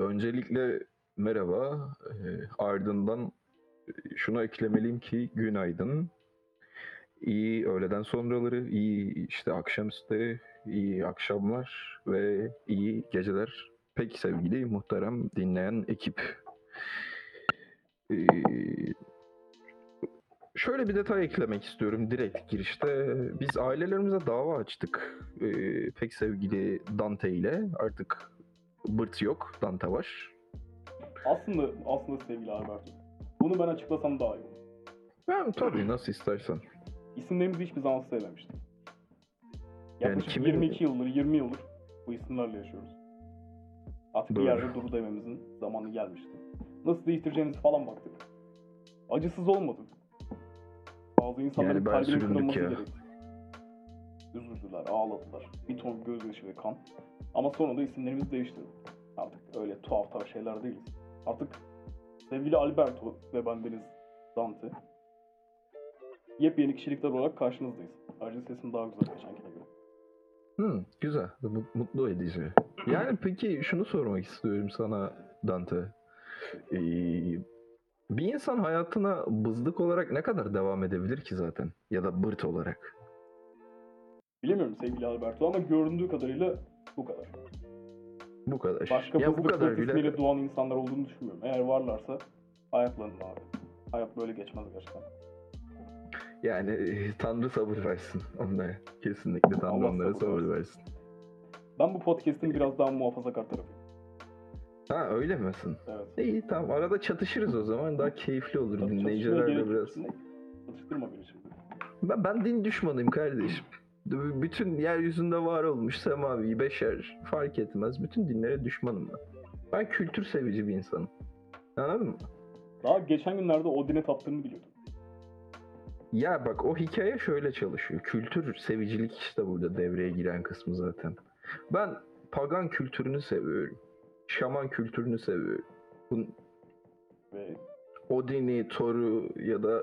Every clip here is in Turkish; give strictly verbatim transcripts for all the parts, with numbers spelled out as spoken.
Öncelikle merhaba. Eee, ardından şunu eklemeliyim ki günaydın. İyi öğleden sonraları, iyi işte akşamüstü, iyi akşamlar ve iyi geceler. Pek sevgili muhterem dinleyen ekip. Eee, Şöyle bir detay eklemek istiyorum direkt girişte. Biz ailelerimize dava açtık. Eee, pek sevgili Dante ile. Artık Bırt yok, Dante var. Aslında aslında sevgili Alberto. Bunu ben açıklasam daha iyi olur. Ben tabii nasıl istersen. İsimlerimizi hiçbir zaman sevmemiştim. Yani Yaklaşık kimin yirmi iki yıldır, yirmi yıldır bu isimlerle yaşıyoruz. Artık bir Doğru. yerde dur dememizin zamanı gelmişti. Nasıl değiştireceğimizi falan baktık. Acısız olmadı. Bazı insanların Yani ben kalbinin süründük kırılması ya. gerekti. Üzüldüler, ağladılar. Bir ton gözyaşı ve kan. Ama sonra da isimlerimizi değiştirdik. Artık öyle tuhaf tuhaf şeyler değiliz. Artık sevgili Alberto ve bendeniz Dante yepyeni kişilikler olarak karşınızdayız. Ayrıca sesim daha güzel geçenkine göre. Hmm, güzel. Bu mutlu edici. Yani peki şunu sormak istiyorum sana Dante. Ee, Bir insan hayatına bızlık olarak ne kadar devam edebilir ki zaten? Ya da bırt olarak. Bilemiyorum sevgili Alberto ama göründüğü kadarıyla bu kadar. Bu kadar. Başka Ya bu bızlık kadar bırt bile ismiyle doğan insanlar olduğunu düşünmüyorum. Eğer varlarsa hayatlarında abi. Hayat böyle geçmez gerçekten. yani e, Tanrı sabır versin onlara. Kesinlikle Tanrı Allah onlara sabır sabır versin. versin. Ben bu podcast'in biraz daha muhafazakar tarafıyım. Ha öyle misin? Evet. İyi tamam arada çatışırız o zaman daha keyifli olur. Tabii çatışmaya Dinleyiciler gerek de yok. biraz. Şimdi çatıştırma beni şimdi. Ben, ben din düşmanıyım kardeşim. Bütün yeryüzünde var olmuş semavi, beşer fark etmez. Bütün dinlere düşmanım ben. Ben kültür sevici bir insanım. Anladın mı? Daha geçen günlerde Odin'e taptığını biliyordum. Ya bak o hikaye şöyle çalışıyor. Kültür sevicilik işte burada devreye giren kısmı zaten. Ben pagan kültürünü seviyorum. Şaman kültürünü seviyorum. Bu Ve Odin'i, Thor'u ya da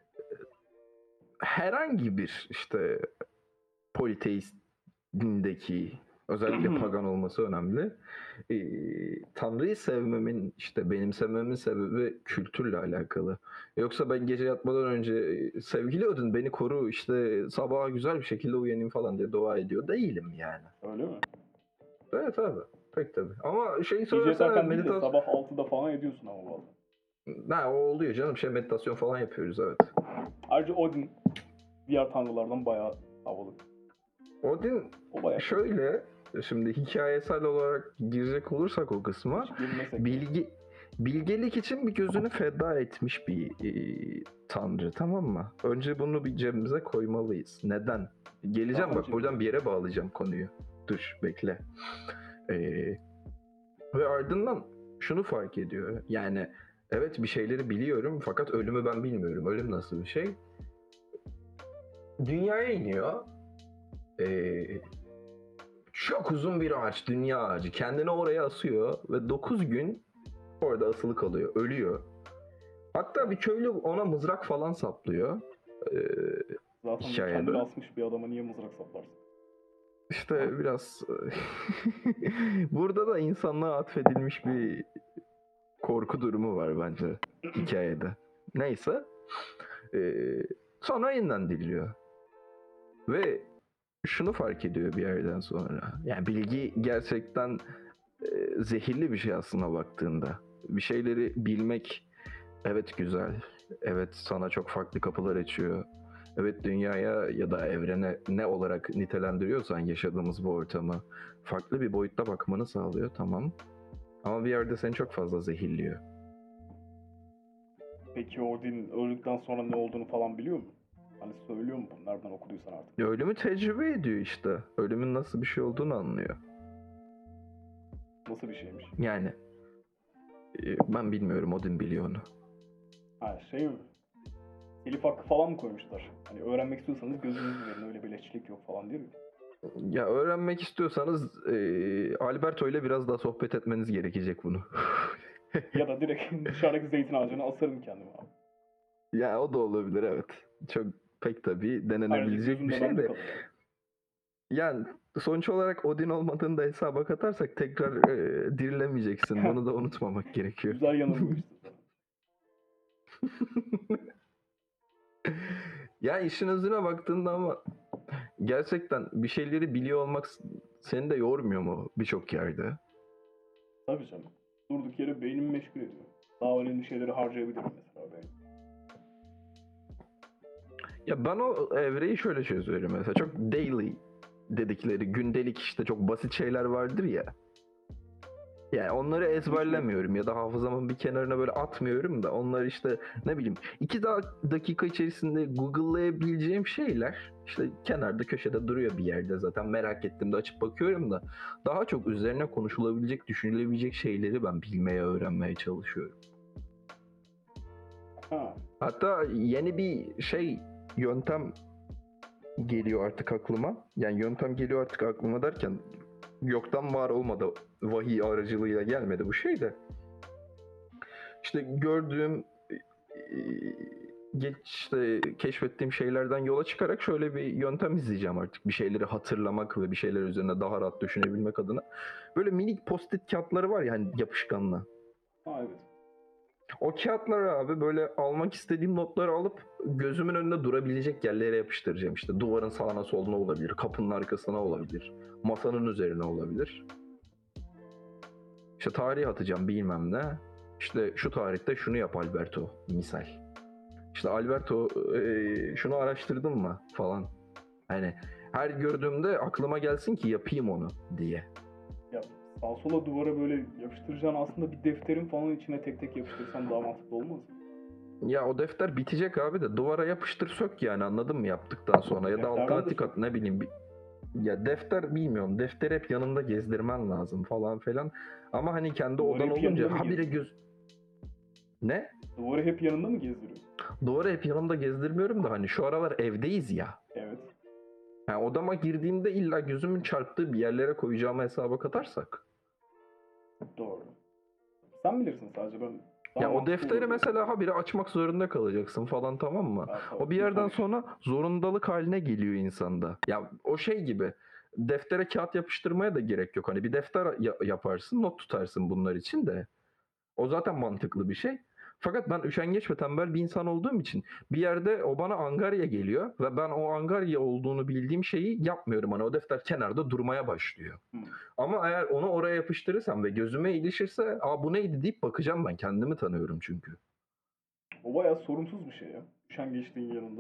herhangi bir işte politeist dindeki özellikle pagan olması önemli. Ee, Tanrı'yı sevmemin işte benimsememin sebebi kültürle alakalı. Yoksa ben gece yatmadan önce sevgili Odin beni koru işte sabaha güzel bir şekilde uyanayım falan diye dua ediyor değilim yani. öyle mi? Evet abi. Pek tabii. Ama şeyi Gece sorarsan evet yatarken değil de meditasyon... sabah altıda falan ediyorsun ama valla. Ha, o oluyor canım. Şey meditasyon falan yapıyoruz evet. Ayrıca Odin diğer tanrılardan bayağı havalı. Odin O bayağı şöyle şimdi hikayesel olarak girecek olursak o kısma hiç girmesek de. bilgi bilgelik için bir gözünü feda etmiş bir e, tanrı tamam mı? Önce bunu bir cebimize koymalıyız. Neden? Geleceğim Zaten bak buradan cebimde. bir yere bağlayacağım konuyu. Dur bekle. Ee, Ve ardından şunu fark ediyor. Yani evet bir şeyleri biliyorum fakat ölümü ben bilmiyorum. Ölüm nasıl bir şey? Dünyaya iniyor. Ee, Çok uzun bir ağaç, dünya ağacı. Kendini oraya asıyor ve dokuz gün orada asılı kalıyor. Ölüyor. Hatta bir köylü ona mızrak falan saplıyor. Ee, Zaten hikayede. kendini asmış bir adama niye mızrak saplarsın? İşte biraz burada da insanlığa atfedilmiş bir korku durumu var bence hikayede. Neyse. Ee, Sonra yeniden diriliyor. Ve şunu fark ediyor bir yerden sonra. Yani bilgi gerçekten e, zehirli bir şey aslında baktığında. Bir şeyleri bilmek evet güzel. Evet sana çok farklı kapılar açıyor. Evet dünyaya ya da evrene ne olarak nitelendiriyorsan yaşadığımız bu ortamı farklı bir boyutta bakmanı sağlıyor tamam. Ama bir yerde seni çok fazla zehirliyor. Peki Odin öldükten sonra ne olduğunu falan biliyor mu? Hani söylüyor mu bunu? Nereden okuduysan artık. Ölümü tecrübe ediyor işte. Ölümün nasıl bir şey olduğunu anlıyor. Nasıl bir şeymiş? Yani e, ben bilmiyorum Odin biliyor onu. Ha şey mi? Telif hakkı falan mı koymuşlar? Hani öğrenmek istiyorsanız gözünüzü verin öyle beleşçilik yok falan diyor mu? Ya öğrenmek istiyorsanız e, Alberto ile biraz daha sohbet etmeniz gerekecek bunu. Ya da direkt dışarıdaki zeytin ağacına asarım kendimi abi. Ya o da olabilir evet. Çok pek tabii Ayrıca denenebilecek gözüm bir de şey bende de. kalır yani. Yani sonuç olarak Odin olmadığını da hesaba katarsak tekrar e, dirilemeyeceksin. Bunu da unutmamak gerekiyor. Güzel yanı bu işte. Ya işin özüne baktığında ama gerçekten bir şeyleri biliyor olmak seni de yormuyor mu birçok yerde? Tabii canım. Durduk yere beynimi meşgul ediyor. Daha önemli şeyleri harcayabilirim mesela beyin. Ya ben o evreyi şöyle çözüyorum mesela. Çok daily dedikleri, gündelik işte çok basit şeyler vardır ya. Yani onları ezberlemiyorum ya da hafızamın bir kenarına böyle atmıyorum da onlar işte ne bileyim iki da- dakika içerisinde Google'layabileceğim şeyler işte kenarda köşede duruyor bir yerde zaten merak ettiğimde açıp bakıyorum da daha çok üzerine konuşulabilecek, düşünülebilecek şeyleri ben bilmeye, öğrenmeye çalışıyorum. Ha. Hatta yeni bir şey yöntem geliyor artık aklıma. Yani yöntem geliyor artık aklıma derken yoktan var olmadı. Vahiy aracılığıyla gelmedi bu şey de. İşte gördüğüm e, geç işte keşfettiğim şeylerden yola çıkarak şöyle bir yöntem izleyeceğim artık. Bir şeyleri hatırlamak ve bir şeyler üzerine daha rahat düşünebilmek adına. Böyle minik post-it kağıtları var ya hani yapışkanlı. Ha evet. O kağıtları abi böyle almak istediğim notları alıp gözümün önünde durabilecek yerlere yapıştıracağım. İşte duvarın sağına soluna olabilir, kapının arkasına olabilir, masanın üzerine olabilir. İşte tarih atacağım bilmem ne. İşte şu tarihte şunu yap Alberto misal. İşte Alberto e, şunu araştırdın mı falan. Hani her gördüğümde aklıma gelsin ki yapayım onu diye. Ya sağ sola duvara böyle yapıştıracağın aslında bir defterin falan içine tek tek yapıştırsan daha mantıklı olmaz mı? Ya o defter bitecek abi de duvara yapıştır sök yani anladın mı yaptıktan sonra ya da Defterden altına de tik at sök. ne bileyim bir. Ya defter bilmiyorum. Defter hep yanında gezdirmen lazım falan filan. Ama hani kendi Duvarı odan hep yanında olunca mı habire gezdiriyor? göz... Ne? Duvarı hep yanında mı gezdiriyor? Duvarı hep yanımda gezdirmiyorum da hani şu aralar evdeyiz ya. Evet. Yani odama girdiğimde illa gözümün çarptığı bir yerlere koyacağımı hesaba katarsak. Doğru. Sen bilirsin sadece ben daha Ya o mantıklı olur defteri diye mesela düşünüyorum. habire açmak zorunda kalacaksın falan tamam mı? Ha, O tabii bir bir yerden ton iş. sonra zorundalık haline geliyor insanda. Ya o şey gibi deftere kağıt yapıştırmaya da gerek yok. Hani bir defter ya- yaparsın, not tutarsın bunlar için de. O zaten mantıklı bir şey. Fakat ben üşengeç ve tembel bir insan olduğum için bir yerde o bana angarya geliyor ve ben o angarya olduğunu bildiğim şeyi yapmıyorum. Hani o defter kenarda durmaya başlıyor. Hmm. Ama eğer onu oraya yapıştırırsam ve gözüme ilişirse aa bu neydi deyip bakacağım ben. Kendimi tanıyorum çünkü. O bayağı sorunsuz bir şey ya. Üşengeçliğin yanında.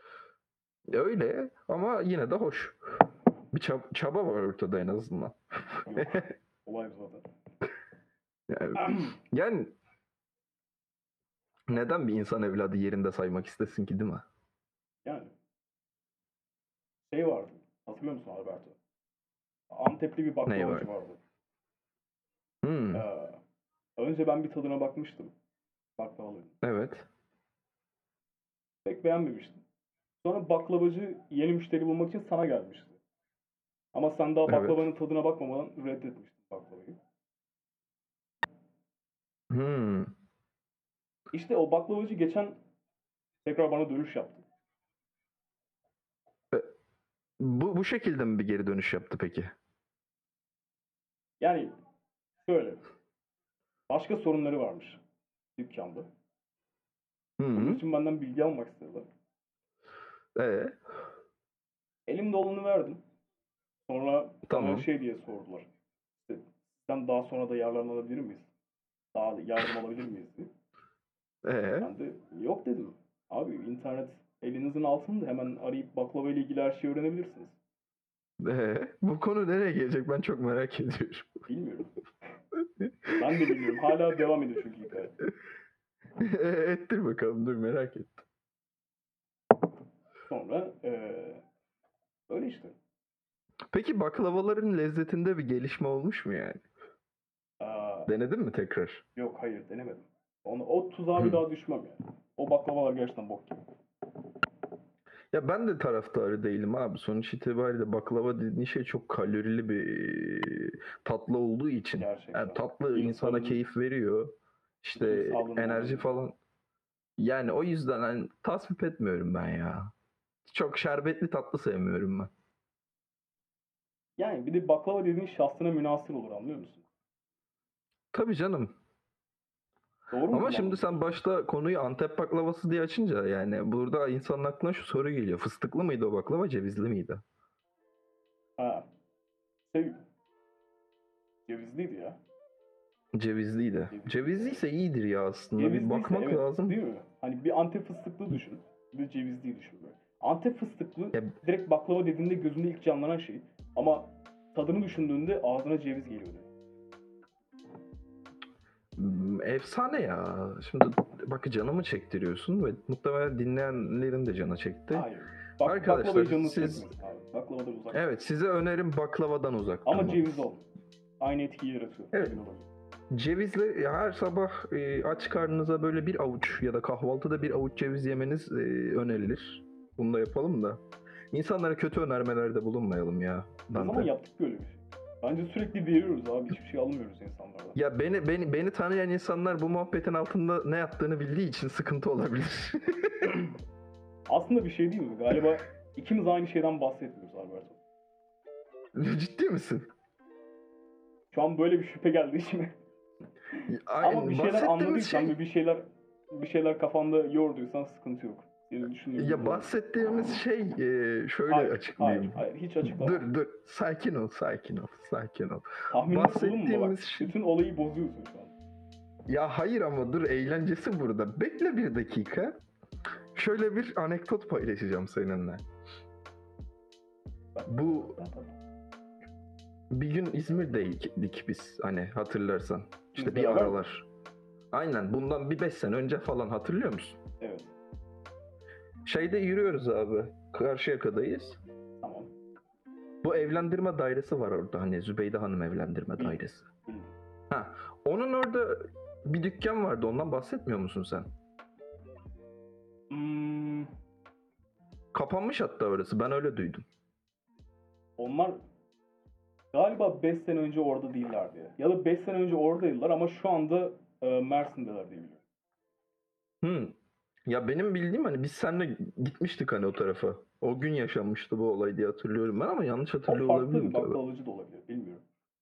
Öyle ama yine de hoş. Bir çab- çaba var ortada en azından. Yok. Olay bu yani, zaten. yani neden bir insan evladı yerinde saymak istesin ki değil mi? Yani şey vardı. Hatırlıyor musun Alberto? Antepli bir Ney var? baklavacı vardı. Hmm, Ee, önce ben bir tadına bakmıştım. Baklavaların. evet. Pek beğenmemiştim. Sonra baklavacı yeni müşteri bulmak için sana gelmişti. Ama sen daha Evet. baklavanın tadına bakmamadan reddetmiştin baklavayı. Hmm. İşte o baklavacı geçen tekrar bana dönüş yaptı. E, Bu, bu şekilde mi bir geri dönüş yaptı peki? Yani şöyle. Başka sorunları varmış dükkanda. Bunun Hmm. için benden bilgi almak istediler. E, Elimde olanı verdim. Sonra bana tamam. şey diye sordular. İşte, sizden daha sonra da yararlanabilir miyiz? Daha yardım alabilir miyiz diye. E, Ben de yok dedim. Abi internet elinizin altında hemen arayıp baklava ile ilgili her şeyi öğrenebilirsiniz. e, bu konu nereye gelecek ben çok merak ediyorum. Bilmiyorum. Ben de bilmiyorum. Hala devam ediyor çünkü hikaye. E, ettir bakalım dur merak et. Sonra eee öyle işte. Peki baklavaların lezzetinde bir gelişme olmuş mu yani? Aa, Denedin mi tekrar? yok hayır denemedim. Onu, o tuzağa bir Hmm. daha düşmem yani. O baklavalar gerçekten bok gibi. Ya ben de taraftarı değilim abi. Sonuç itibariyle baklava dediğin şey çok kalorili bir tatlı olduğu için. Yani Gerçekten. tatlı insana İnsanın keyif veriyor. bütün İşte sağlığını enerji bozuyor. falan. Yani o yüzden hani tasvip etmiyorum ben ya. Çok şerbetli tatlı sevmiyorum ben. Yani bir de baklava dediğin şahsına münhasır olur, anlıyor musun? Tabii canım. Doğru mu Ama şimdi kullandım? sen başta konuyu Antep baklavası diye açınca yani burada insanın aklına şu soru geliyor. Fıstıklı mıydı o baklava, cevizli miydi? Ha. Şey, cevizliydi ya. Cevizliydi. Ceviz. Cevizliyse iyidir ya aslında. Bir Cevizliyse bakmak evet, lazım. değil mi? Hani bir Antep fıstıklı düşün. Bir de cevizliyi düşün böyle. Antep fıstıklı Ya, direkt baklava dediğinde gözünde ilk canlanan şey. Ama tadını düşündüğünde ağzına ceviz geliyor direkt. m, efsane ya. Şimdi bak canımı çektiriyorsun ve muhtemelen dinleyenlerin de canı çekti. Hayır. Bak, Arkadaşlar, baklavayı canını siz- çekmesin abi. Baklavadan uzak. Evet, size önerim baklavadan uzak Ama durmak. ceviz ol. Aynı etkiyi yaratıyor. Evet. emin olabilir. Cevizle her sabah e, aç karnınıza böyle bir avuç ya da kahvaltıda bir avuç ceviz yemeniz e, önerilir. Bunu da yapalım da. İnsanlara kötü önermelerde bulunmayalım ya. Ne zaman Dante. yaptık böyle bir şey? Bence sürekli veriyoruz abi. Hiçbir şey almıyoruz insanlardan. Ya beni beni beni tanıyan insanlar bu muhabbetin altında ne yattığını bildiği için sıkıntı olabilir. Aslında bir şey değil mi? Galiba ikimiz aynı şeyden bahsetmiyoruz Alberto. Ciddi misin? Şu an böyle bir şüphe geldi içime. Ama bir şeyler bahsettiğimiz anladıysan şey- ve bir şeyler bir şeyler kafanda yorduysan sıkıntı yok. Seni düşünüyorum. Ya bahsettiğimiz şey e, şöyle hayır, açıklayayım. hayır, hayır, hiç açıklama. Dur dur sakin ol sakin ol sakin ol. Tahminde bulunma bak. bahsettiğimiz şey- Bütün olayı bozuyorsun şu an. Ya hayır ama dur, eğlencesi burada. Bekle bir dakika. Şöyle bir anekdot paylaşacağım seninle. Bu bir gün İzmir'deydik biz, hani hatırlarsan. İşte Biz bir beraber mi? aralar. Aynen, bundan bir beş sene önce falan, hatırlıyor musun? Evet, Şeyde yürüyoruz abi. Karşıyaka'dayız. tamam. Bu evlendirme dairesi var orada, hani Zübeyde Hanım evlendirme Bil- dairesi. Bildim. Ha, onun orada bir dükkan vardı, ondan bahsetmiyor musun sen? Hmm, Kapanmış hatta orası, ben öyle duydum. onlar galiba beş sene önce orada değillerdi. Ya da beş sene önce oradaydılar ama şu anda e, Mersin'deler diye biliyorum. Hmm. Ya benim bildiğim, hani biz seninle gitmiştik hani o tarafa. O gün yaşanmıştı bu olay diye hatırlıyorum ben, ama yanlış O hatırlıyor farklı olabilirim bir tabii. baklavacı da olabilir, bilmiyorum.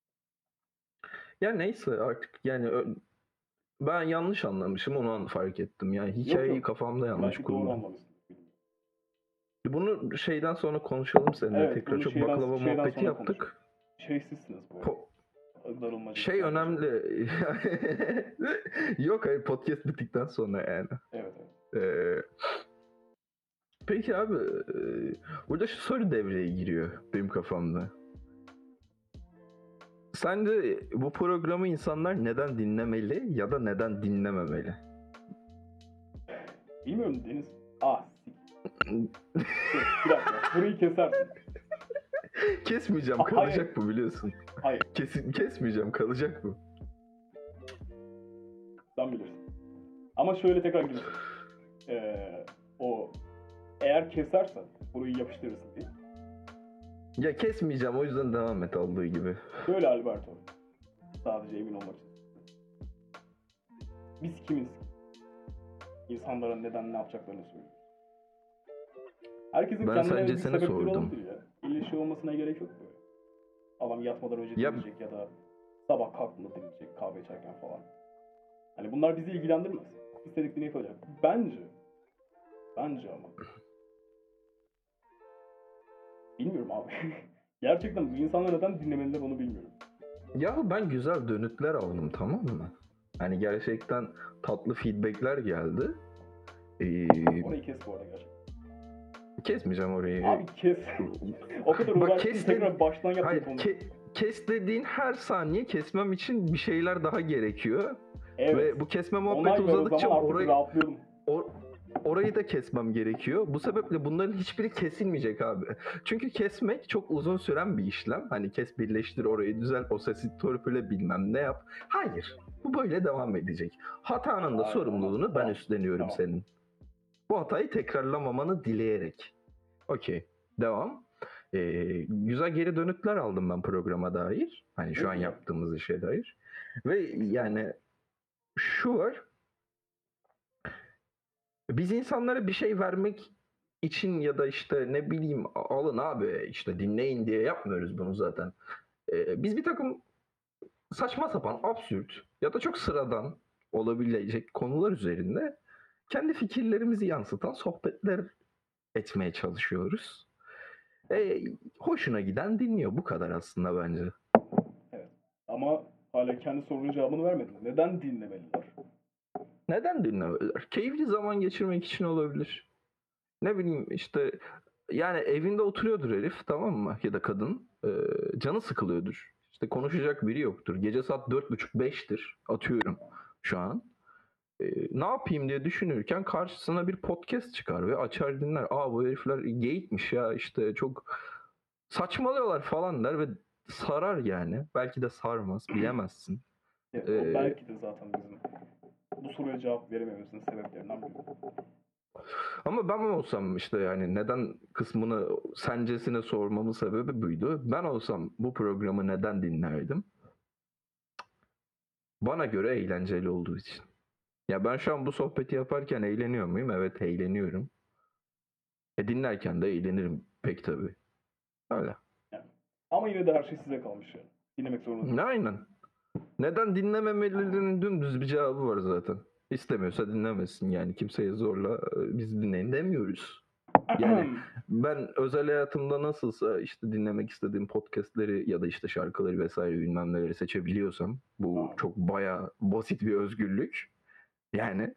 Ya neyse artık, yani ö- ben yanlış anlamışım, onu an fark ettim. Yani hikayeyi yok. kafamda yanlış Belki doğru kurdum. anlamışsın. Bilmiyorum. Bunu şeyden sonra konuşalım seninle Evet, tekrar. bunu Çok şeyden- baklava şeyden muhabbeti sonra yaptık. Şeysizsiniz bu arada. Po- Darılmacı. şey önemli. Yok, hayır, podcast bittikten sonra yani. Evet, evet. Ee, peki abi, e, burada şu soru devreye giriyor benim kafamda. Sence bu programı insanlar neden dinlemeli ya da neden dinlememeli? Bilmiyorum Deniz. Ah, sik. Dur, bir dakika. Burayı kesersin. Kesmeyeceğim, Aa, kalacak bu, biliyorsun. Hayır, Kesin kesmeyeceğim, kalacak bu. sen bilirsin. Ama şöyle tekrar girsin. Ee, o eğer kesersen burayı yapıştırırsın diye. Ya kesmeyeceğim, o yüzden devam et olduğu gibi. Söyle Alberto. Sadece emin olmak için. Biz kimiz? İnsanlara neden ne yapacaklarını söylüyoruz. Herkesin Ben kendine sence bir seni sebepleri sordum. olabilir ya. İlle şey olmasına gerek yok böyle. Adam yatmadan önce Ya- dinleyecek ya da sabah kalktığında dinleyecek kahve içerken falan. Hani bunlar bizi ilgilendirmez. İstediklerini yapacak. Bence. Bence ama. Bilmiyorum abi. Gerçekten bu insanlar neden dinlemeliler onu bilmiyorum. Ya ben güzel dönütler aldım, tamam mı? Hani gerçekten tatlı feedbackler geldi. Ee, Orayı kes bu arada gerçekten. kesmeyeceğim orayı. Abi kes. O kadar Bak, uğraştın kes tekrar dedi- baştan yap Hayır, konu. ke- kes dediğin her saniye kesmem için bir şeyler daha gerekiyor. Evet. Ve bu kesme Onay muhabbeti ver o uzadıkça zaman artık orayı, rahatlıyorum. or- orayı da kesmem gerekiyor. Bu sebeple bunların hiçbiri kesilmeyecek abi. Çünkü kesmek çok uzun süren bir işlem. Hani kes, birleştir, orayı düzelt, o sesi törpüle, bilmem ne yap. Hayır. Bu böyle devam edecek. Hatanın da Hayır, sorumluluğunu tamam, ben tamam, üstleniyorum tamam. senin. Bu hatayı tekrarlamamanı dileyerek. Okey. Devam. Ee, güzel geri dönütler aldım ben programa dair. Hani şu Ne an güzel. yaptığımız işe dair. Ve yani şu var. Biz insanlara bir şey vermek için ya da işte ne bileyim alın abi işte dinleyin diye yapmıyoruz bunu zaten. Ee, biz bir takım saçma sapan, absürt ya da çok sıradan olabilecek konular üzerinde kendi fikirlerimizi yansıtan sohbetler etmeye çalışıyoruz. E, hoşuna giden dinliyor. Bu kadar aslında bence. Evet. Ama hala kendi sorunun cevabını vermedin. Neden dinlemeliler? Neden dinlemeliler? Keyifli zaman geçirmek için olabilir. Ne bileyim işte yani evinde oturuyordur herif tamam mı? Ya da kadın. E, canı sıkılıyordur. İşte konuşacak biri yoktur. Gece saat dört buçuk beştir atıyorum şu an. E, ne yapayım diye düşünürken karşısına bir podcast çıkar ve açar dinler. Aa bu herifler geyikmiş ya işte çok saçmalıyorlar falan der ve sarar yani. Belki de sarmaz bilemezsin. Evet, Ee, o belki de zaten bizim bu soruya cevap veremememizin sebeplerinden biri. ama ben olsam işte yani neden kısmını sencesine sormamın sebebi buydu. Ben olsam bu programı neden dinlerdim? Bana göre eğlenceli olduğu için. Ya ben şu an bu sohbeti yaparken eğleniyor muyum? Evet eğleniyorum. E dinlerken de eğlenirim pek tabii. Öyle. Yani. Ama yine de her şey size kalmış yani. Dinlemek zorunda değilsiniz. Aynen. Neden dinlememelerinin dümdüz bir cevabı var zaten. İstemiyorsa dinlemesin yani kimseye zorla e, biz dinleyin demiyoruz. Yani ben özel hayatımda nasılsa işte dinlemek istediğim podcastleri ya da işte şarkıları vesaire bilmem neleri seçebiliyorsam bu Aa, çok baya basit bir özgürlük. Yani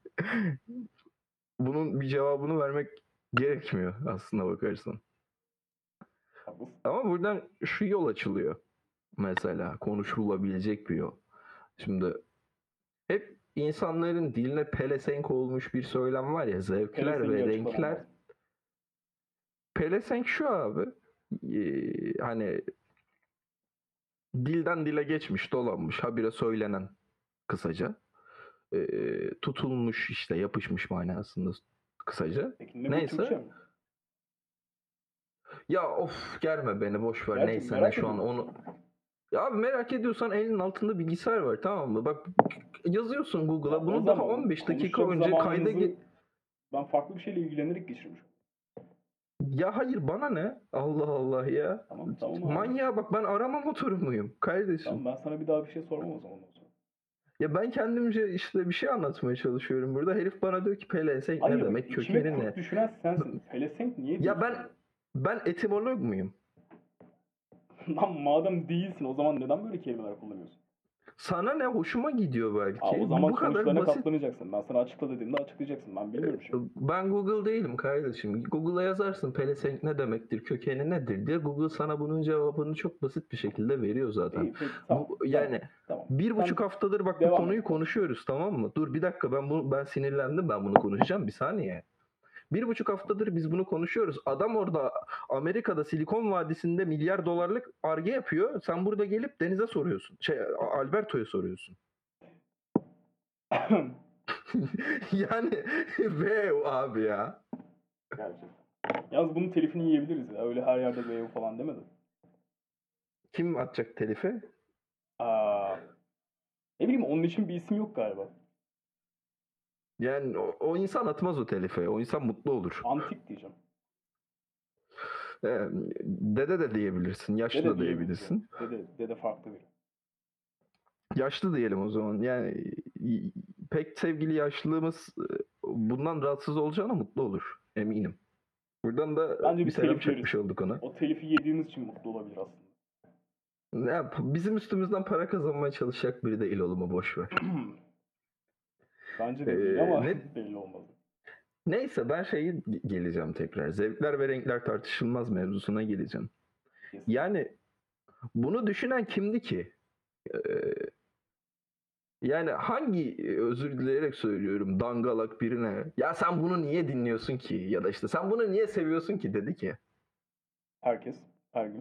bunun bir cevabını vermek gerekmiyor aslında bakarsan. haklısın. Ama buradan şu yol açılıyor. Mesela konuşulabilecek bir yol. Şimdi hep insanların diline pelesenk olmuş bir söylem var ya zevkler Pelesengi ve açıklamam renkler. lazım. Pelesenk şu abi e, hani dilden dile geçmiş dolanmış habire söylenen kısaca e, tutulmuş işte yapışmış manasında kısaca. Peki ne bu Türkçe Neyse mi? ya of germe beni boş ver Gerçi neyse ne merak şu an ediyorum. onu ya abi merak ediyorsan elinin altında bilgisayar var tamam mı? Bak yazıyorsun Ya Google'a o bunu daha zaman on beş dakika konuşacak önce kayda zamanınızı ge- ben farklı bir şeyle ilgilenerek geçirmişim. ya hayır bana ne? Allah Allah ya. Tamam tamam abi. Manyağa bak ben arama motoru muyum kardeşim? Tamam ben sana bir daha bir şey sormam o zaman. Ya ben kendimce işte bir şey anlatmaya çalışıyorum burada. Herif bana diyor ki pelesenk ne Hayır bak demek içime kökeni kurt ne? düşüren sensin. Pelesenk niye Ya diyorsun? ben ben etimolog muyum? Lan madem değilsin o zaman neden böyle kelimeler kullanıyorsun? Sana ne hoşuma gidiyor Aa, o belki. Bu, zaman bu kadar sonuçlarına basit. katlanacaksın. Ben sana açıkla dediğimde açıklayacaksın. Ben bilmiyorum şimdi. Ben Google değilim kardeşim. Google'a yazarsın pelesenk ne demektir, kökeni nedir diye. Google sana bunun cevabını çok basit bir şekilde veriyor zaten. İyi peki tamam. Bu Tamam. yani Tamam. bir Sen buçuk haftadır bak bu devam konuyu et. konuşuyoruz tamam mı? Dur bir dakika ben bunu ben sinirlendim ben bunu konuşacağım bir saniye. Bir buçuk haftadır biz bunu konuşuyoruz. Adam orada Amerika'da Silikon Vadisi'nde milyar dolarlık Ar-Ge yapıyor. Sen burada gelip Deniz'e soruyorsun. Şey Alberto'ya soruyorsun. Yani ve abi ya. Gerçekten. Yalnız bunun telifini yiyebiliriz ya. Öyle her yerde V U falan demedi. Kim atacak telifi? Aa, ne bileyim onun için bir isim yok galiba. Yani o, o insan atmaz o telife. O insan mutlu olur. Antik diyeceğim. Ee, dede de diyebilirsin. Yaşlı Dede da diyebiliriz yani. diyebilirsin. Dede, dede farklı biri. Yaşlı diyelim o zaman. Yani y- pek sevgili yaşlılığımız e, bundan rahatsız olacağına mutlu olur. Eminim. Buradan da Bence bir bir selam telif yeriz. çakmış olduk ona. O telifi yediğiniz için mutlu olabilir aslında. Ya, bizim üstümüzden para kazanmaya çalışacak biri değil oğlumu boş ver. Bence de Ee, değil ama ne, belli olmaz. neyse ben şeyi ge- geleceğim tekrar. Zevkler ve renkler tartışılmaz mevzusuna geleceğim. Kesin. Yani bunu düşünen kimdi ki? Ee, yani hangi özür dileyerek söylüyorum dangalak birine ya sen bunu niye dinliyorsun ki ya da işte sen bunu niye seviyorsun ki dedi ki. Herkes, her gün.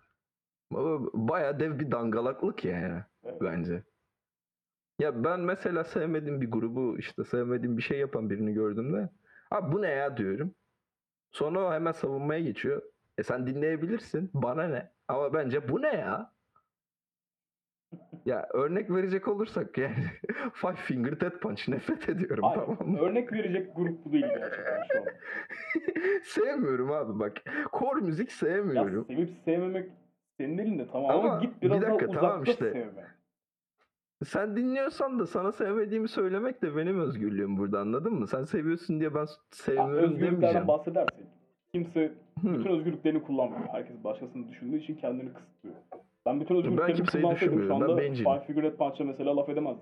Baya dev bir dangalaklık yani Evet. bence. Ya ben mesela sevmediğim bir grubu işte sevmediğim bir şey yapan birini gördüğümde abi bu ne ya diyorum. Sonra o hemen savunmaya geçiyor. E sen dinleyebilirsin bana ne? Ama bence bu ne ya? Ya örnek verecek olursak yani Five Finger Death Punch nefret ediyorum, Hayır, tamam mı? örnek verecek grup bu değil gerçekten şu an. Sevmiyorum abi bak. Core müzik Ya sevmiyorum. sevip sevmemek senin elinde tamam ama Ama git bir biraz daha dakika, tamam uzakta işte. sevme. Sen dinliyorsan da sana sevmediğimi söylemek de benim özgürlüğüm burada, anladın mı? Sen seviyorsun diye ben Ya sevmiyorum özgürlüklerden demeyeceğim. bahsedersek kimse Hı. bütün özgürlüklerini kullanmıyor. Herkes başkasını düşündüğü için kendini kısıtlıyor. Ben bütün Ben özgürlüklerimi kimseyi kullansaydım şu düşünmüyorum. Ben anda bencilim. Five Figure Death Punch'a mesela laf edemezdim.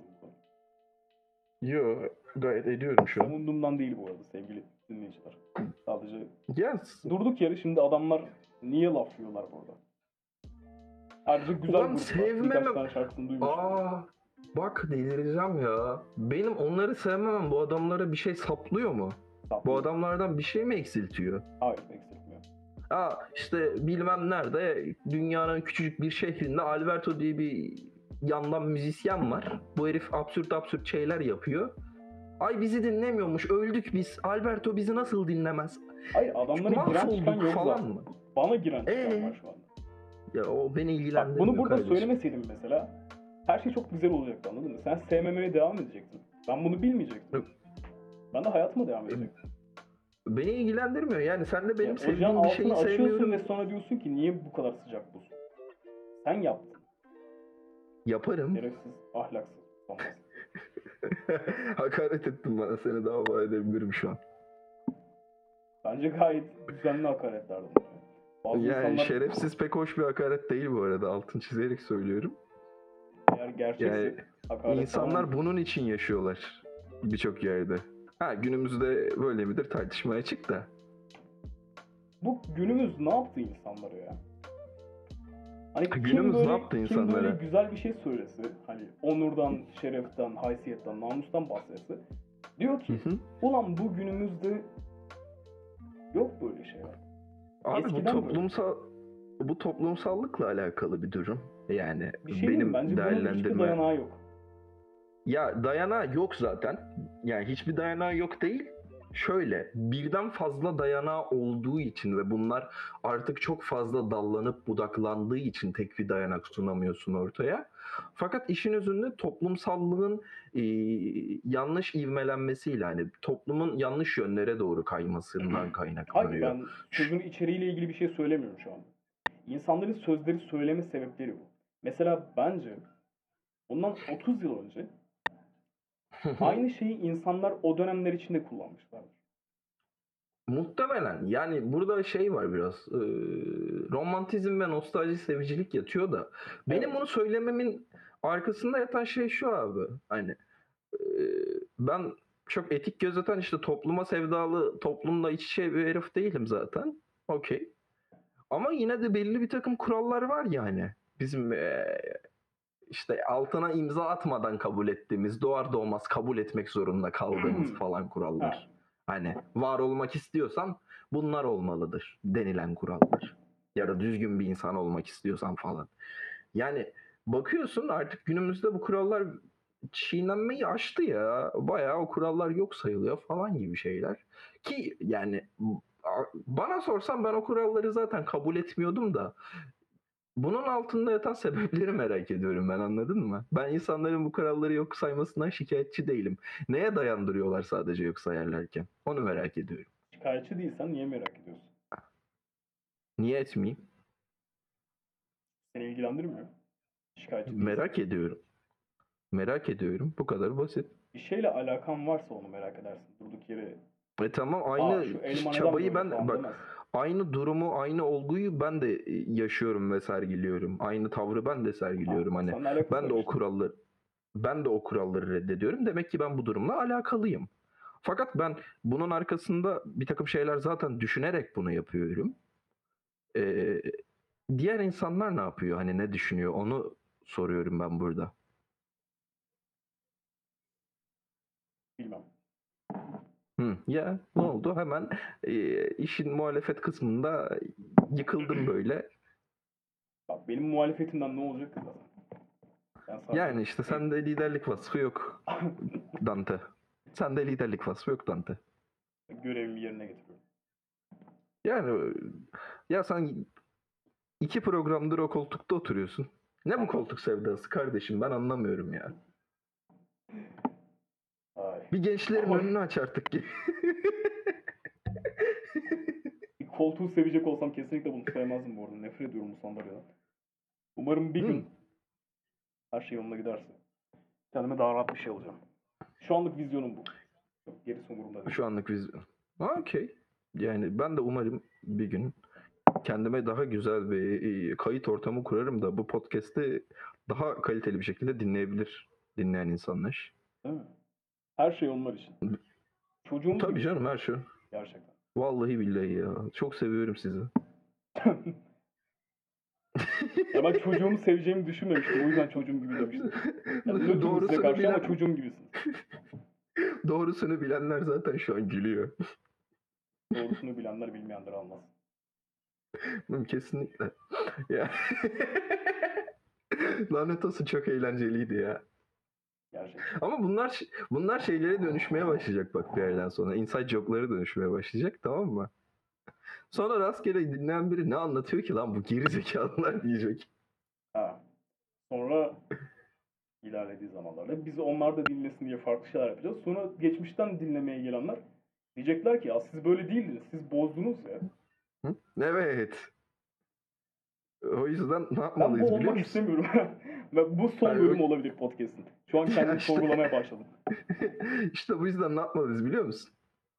Yo, gayet ediyorum şu an. Savunduğumdan değil bu arada sevgili dinleyiciler. Sadece Yes. durduk yere şimdi adamlar niye laf yiyorlar burada? Ayrıca güzel Ulan gruplar. Birkaç sevmemem. tane şarkısını duymuştum. Aa, bak delireceğim ya. Benim onları sevmemem bu adamlara bir şey saplıyor mu? Bu Saplıyor. adamlardan bir şey mi eksiltiyor? Hayır, eksiltmiyor. Aa, işte bilmem nerede dünyanın küçücük bir şehrinde Alberto diye bir yandan müzisyen var. Bu herif absürt absürt şeyler yapıyor. Ay bizi dinlemiyormuş, öldük biz. Alberto bizi nasıl dinlemez? Hayır, adamlara giren çıkan Mahvolduk yok falan zaten. mı? Bana giren çıkan Ee? var şu anda. Ya o beni Bak ilgilendirmiyor bunu burada kardeşim. söylemeseydim mesela her şey çok güzel olacaktı, anladın mı? Sen sevmemeye devam edecektin. Ben bunu bilmeyecektim. Ben de hayatıma devam edecektim. Beni ilgilendirmiyor. Yani sen de benim Ya, ocağın sevdiğim bir şeyi altını açıyorsun sevmiyorum. ve sonra diyorsun ki niye bu kadar sıcak bu su? Sen yaptın. Yaparım. Şerefsiz, ahlaksız. Olmaz. Hakaret ettin bana. Seni dava edebilirim şu an. Bence gayet düzenli hakaretlerdi bunlar. Bazı Yani insanlar şerefsiz pek hoş bir hakaret değil bu arada. Altın çizerek söylüyorum. eğer gerçekse Yani hakaret İnsanlar falan- bunun için yaşıyorlar birçok yerde. Ha, günümüzde böyle midir tartışmaya açık da. Bu günümüz ne yaptı insanlara ya? Hani kim Günümüz ne böyle, yaptı kim insanlara? böyle güzel bir şey söylese, hani onurdan, şereften, haysiyetten, namustan bahsetse, diyor ki, Hı hı. ulan bu günümüzde yok böyle şeyler. Abi bu Eskiden böyle. toplumsal bu toplumsallıkla alakalı bir durum. Yani Bir şey diyeyim mi? benim Bence bunun hiçbir değerlendirme. dayanağı yok. Ya dayanağı yok zaten. Yani hiçbir dayanağı yok değil. Şöyle, birden fazla dayanağı olduğu için ve bunlar artık çok fazla dallanıp budaklandığı için tek bir dayanak sunamıyorsun ortaya. Fakat işin özünde toplumsallığın e, yanlış ivmelenmesiyle, hani toplumun yanlış yönlere doğru kaymasından Hayır, kaynaklanıyor. ben sözün içeriğiyle ilgili bir şey söylemiyorum şu an. İnsanların sözleri söyleme sebepleri bu. Mesela bence bundan otuz yıl önce aynı şeyi insanlar o dönemler içinde kullanmışlardır. Muhtemelen. Yani burada şey var biraz. E, romantizm ve nostalji sevicilik yatıyor da. Benim Evet. bunu söylememin arkasında yatan şey şu abi. Hani e, ben çok etik gözeten, işte topluma sevdalı, toplumla iç içe bir herif değilim zaten. Okey. Ama yine de belli bir takım kurallar var yani. Bizim e, işte altına imza atmadan kabul ettiğimiz, doğar doğmaz kabul etmek zorunda kaldığımız falan kurallar. Ha. Hani var olmak istiyorsan bunlar olmalıdır denilen kurallar. Ya da düzgün bir insan olmak istiyorsan falan. Yani bakıyorsun artık günümüzde bu kurallar çiğnenmeyi aştı ya. Bayağı o kurallar yok sayılıyor falan gibi şeyler. Ki yani bana sorsan ben o kuralları zaten kabul etmiyordum da bunun altında yatan sebepleri merak ediyorum ben, anladın mı? Ben insanların bu kuralları yok saymasından şikayetçi değilim. Neye dayandırıyorlar sadece yok sayarlarken? Onu merak ediyorum. Şikayetçi değilsen niye merak ediyorsun? Niye etmeyeyim? Seni ilgilendirmiyor. Şikayetçi değilsen. Merak ediyorum. Merak ediyorum. Bu kadar basit. Bir şeyle alakan varsa onu merak edersin. Durduk yere E tamam, Aa, aynı şu elma neden çabayı böyle ben falan bak demezsin. aynı durumu, aynı olguyu ben de yaşıyorum ve sergiliyorum. Aynı tavrı ben de sergiliyorum. Ha, Hani seninle alakası ben de var o işte. kuralları ben de o kuralları reddediyorum. Demek ki ben bu durumla alakalıyım. Fakat ben bunun arkasında bir takım şeyler zaten düşünerek bunu yapıyorum. Ee, diğer insanlar ne yapıyor? Hani ne düşünüyor? Onu soruyorum ben burada. Bilmem. Hı, ya ne oldu? Hemen e, işin muhalefet kısmında yıkıldım böyle. Bak benim muhalefetimden ne olacak ki zaten? Ben sadece... Yani işte sende liderlik vasfı yok Dante. Sende liderlik vasfı yok Dante. Görevimi yerine getiriyorum. Yani ya sen iki programdır o koltukta oturuyorsun. Ne bu koltuk sevdası kardeşim, ben anlamıyorum ya. Ay. Bir gençlerin Ama- önünü aç artık ki. Bir koltuğu sevecek olsam kesinlikle bunu sevmezdim bu arada. Nefret ediyorum bu sandalyeden. Umarım bir Hı. gün her şey yoluna giderse kendime daha rahat bir şey alacağım. Şu anlık vizyonum bu. Gerisi umurumda değil. Şu anlık biz... Okey. Yani ben de umarım bir gün kendime daha güzel bir e, kayıt ortamı kurarım da bu podcast'i daha kaliteli bir şekilde dinleyebilir dinleyen insanlar. Değil mi? Her şey onlar için. Çocuğumuz Tabii gibi. canım, her şey. Gerçekten. Vallahi billahi ya. Çok seviyorum sizi. Ya ben çocuğumu seveceğimi düşünmemiştim. O yüzden çocuğum gibi demiştim. Yani nötrüm size Doğrusunu karşı bilen, ama çocuğum gibisiniz. doğrusunu bilenler zaten şu an gülüyor. Doğrusunu bilenler bilmeyenler almaz. Kesinlikle. Ya. Lanet olsun, çok eğlenceliydi ya. Gerçekten. Ama bunlar bunlar şeylere dönüşmeye başlayacak bak bir yerden sonra. Inside joke'lara dönüşmeye başlayacak, tamam mı? Sonra rastgele dinleyen biri ne anlatıyor ki lan bu geri zekalılar diyecek. Ha. Sonra ilerlediği zamanlarda biz onlar da dinlesin diye farklı şeyler yapacağız. Sonra geçmişten dinlemeye gelenler diyecekler ki ya siz böyle değildiniz. Siz bozdunuz ya. Hı? Evet. O yüzden ne Ben yapmalıyız bu biliyor olmak musun? istemiyorum. Ve bu son Hayır, bölüm o- olabilir podcast'in. Şu an kendimi Ya işte- sorgulamaya başladım. İşte bu yüzden ne yapmalıyız biliyor musun?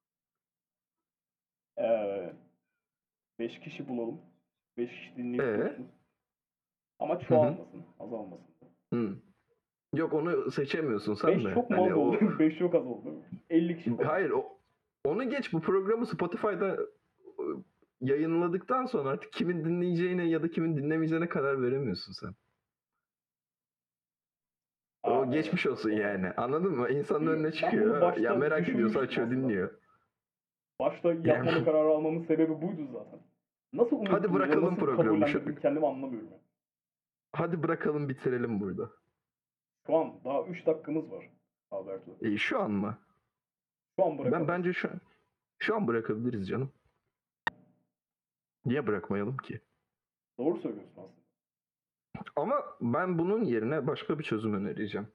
Ee, beş kişi bulalım. Beş kişi dinleyip Ee? dursun. Ama Hı hı. çoğalmasın, azalmasın. Hı. Yok, onu seçemiyorsun sen beş de. çok mu Hani az o- oldu? beş çok az oldu. elli kişi falan. Hayır, o onu geç, bu programı Spotify'da e, yayınladıktan sonra artık kimin dinleyeceğine ya da kimin dinlemeyeceğine karar veremiyorsun sen. Aa, O evet. geçmiş olsun yani. Anladın mı? İnsanın Ben önüne bunu çıkıyor. başta Ya merak ediyorsa düşünmüştüm açıyor, aslında. dinliyor. Başta yapmama kararı almamın sebebi buydu zaten. Nasıl unuttum Hadi ya, bırakalım nasıl programı. kabullendirdim Şu- kendimi anlamıyorum ya. Hadi bırakalım, bitirelim burada. Şu an daha üç dakikamız var Alberto. E, şu an mı? Şu an bırakalım. Ben bence şu şu an bırakabiliriz canım. Niye bırakmayalım ki? Doğru söylüyorsun aslında. Ama ben bunun yerine başka bir çözüm önereceğim.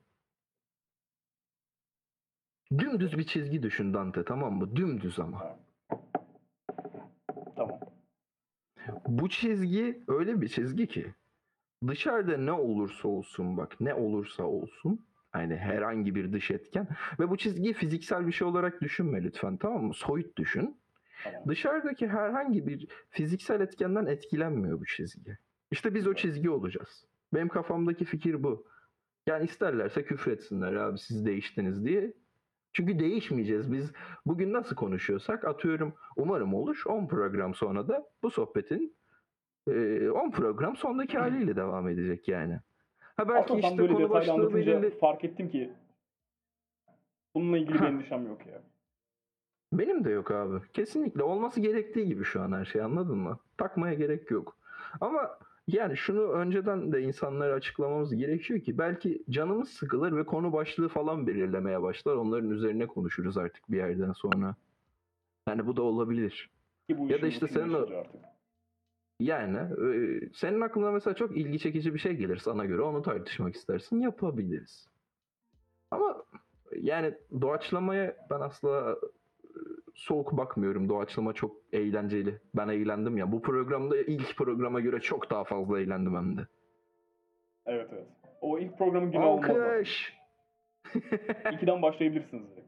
Dümdüz bir çizgi düşün Dante, tamam mı? Dümdüz ama. Ha. Tamam. Bu çizgi öyle bir çizgi ki dışarıda ne olursa olsun, bak ne olursa olsun, yani herhangi bir dış etken, ve bu çizgiyi fiziksel bir şey olarak düşünme lütfen, tamam mı? Soyut düşün. Tamam. Dışarıdaki herhangi bir fiziksel etkenden etkilenmiyor bu çizgi. İşte biz o çizgi olacağız. Benim kafamdaki fikir bu. Yani isterlerse küfretsinler abi siz değiştiniz diye. Çünkü değişmeyeceğiz. Biz bugün nasıl konuşuyorsak, atıyorum umarım olur, on program sonra da bu sohbetin e, on program sondaki haliyle devam edecek yani. Ha belki Aslında sen işte böyle konu detaylı başlığı anlatınca belirli. fark ettim ki bununla ilgili bir Ha. endişem yok ya. Benim de yok abi. Kesinlikle olması gerektiği gibi şu an her şey, anladın mı? Takmaya gerek yok. Ama yani şunu önceden de insanlara açıklamamız gerekiyor ki belki canımız sıkılır ve konu başlığı falan belirlemeye başlar. Onların üzerine konuşuruz artık bir yerden sonra. Yani bu da olabilir. Ki bu Ya işin da işte senin o- rutinleşince artık. Yani e, senin aklına mesela çok ilgi çekici bir şey gelir sana göre, onu tartışmak istersin, yapabiliriz. Ama yani doğaçlamaya ben asla e, soğuk bakmıyorum. Doğaçlama çok eğlenceli. Ben eğlendim ya. Bu programda ilk programa göre çok daha fazla eğlendim hem de. Evet evet. O ilk programın günü olmaz zaten. Alkış. İkiden başlayabilirsiniz direkt.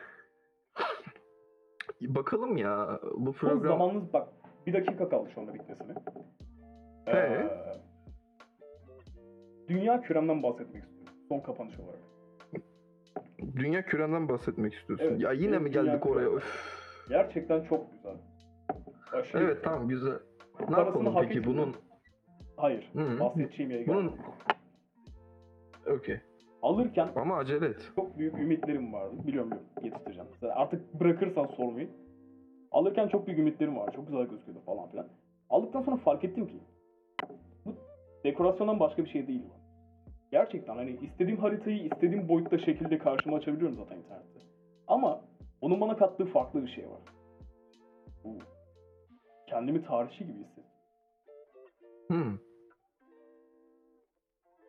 Bakalım ya bu Son program. zamanınız bak bir dakika kaldı şu anda bitmesine. Ee, Ee? dünya küremden bahsetmek istiyorum. Son kapanış olarak. Dünya kürenden bahsetmek istiyorsun. Evet, Ya yine benim mi dünya geldik oraya? kürem. Öf. Gerçekten çok güzel. Aşırı Evet güzel. tamam, güzel. Ne Parasını yapalım hak peki etmiyor. bunun? Hayır. Hı hı. Bahsedeceğim yere Bunun geldim. okey. Alırken Ama acele et. çok büyük ümitlerim vardı. Biliyorum biliyorum. Yetiştireceğim. Sen artık bırakırsan sormayı. Alırken çok büyük ümitlerim vardı. Çok güzel gözüküyordu falan filan. Aldıktan sonra fark ettim ki bu dekorasyondan başka bir şey değil bu. Gerçekten hani istediğim haritayı istediğim boyutta şekilde karşıma açabiliyorum zaten internette. Ama onun bana kattığı farklı bir şey var. Bu kendimi tarihçi gibi hissettim. Hmm.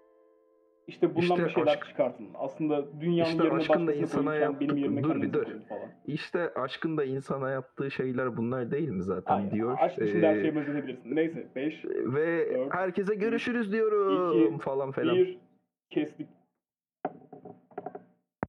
İşte bundan İşte bir şeyler aşk- çıkartın. Aslında dünyanın İşte yerine aşkın da başkasını insana koyarken benim yaptık- yerime dur bir kendinizi dur. koyun falan. İşte aşkın da insana yaptığı şeyler bunlar değil mi zaten Hayır. diyor. Aşk dışında her Ee, şeye benzetebilirsin. Neyse. beş, ve dört, herkese görüşürüz diyorum iki, falan filan. bir. Kestik.